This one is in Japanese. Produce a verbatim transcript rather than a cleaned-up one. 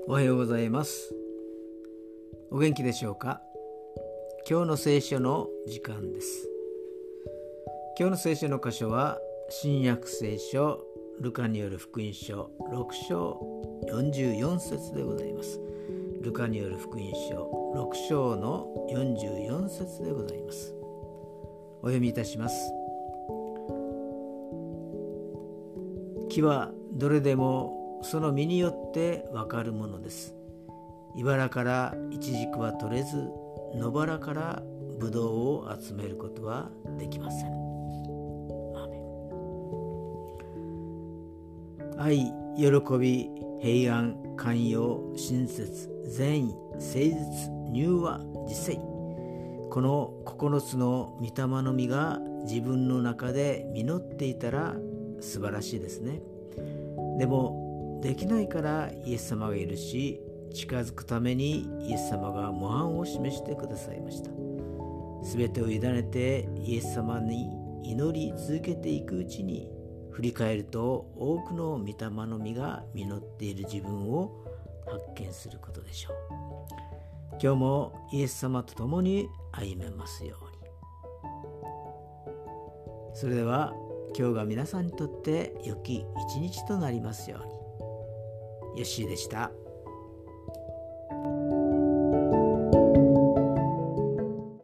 おはようございます。お元気でしょうか。今日の聖書の時間です。今日の聖書の箇所は新約聖書ルカによる福音書ろく章よんじゅうよん節でございます。ルカによる福音書ろく章のよんじゅうよん節でございます。お読みいたします。木はどれでもその実によってわかるものです。茨からイチジクは取れず、野原からブドウを集めることはできません。アーメン。愛、喜び、平安、寛容、親切、善意、誠実、柔和、自制、このここのつの御霊の実が自分の中で実っていたら素晴らしいですね。でもできないからイエス様がいるし、近づくためにイエス様が模範を示してくださいました。すべてを委ねてイエス様に祈り続けていくうちに、振り返ると多くの御霊の実が実っている自分を発見することでしょう。今日もイエス様と共に歩めますように。それでは今日が皆さんにとって良き一日となりますように。ヨッシーでした。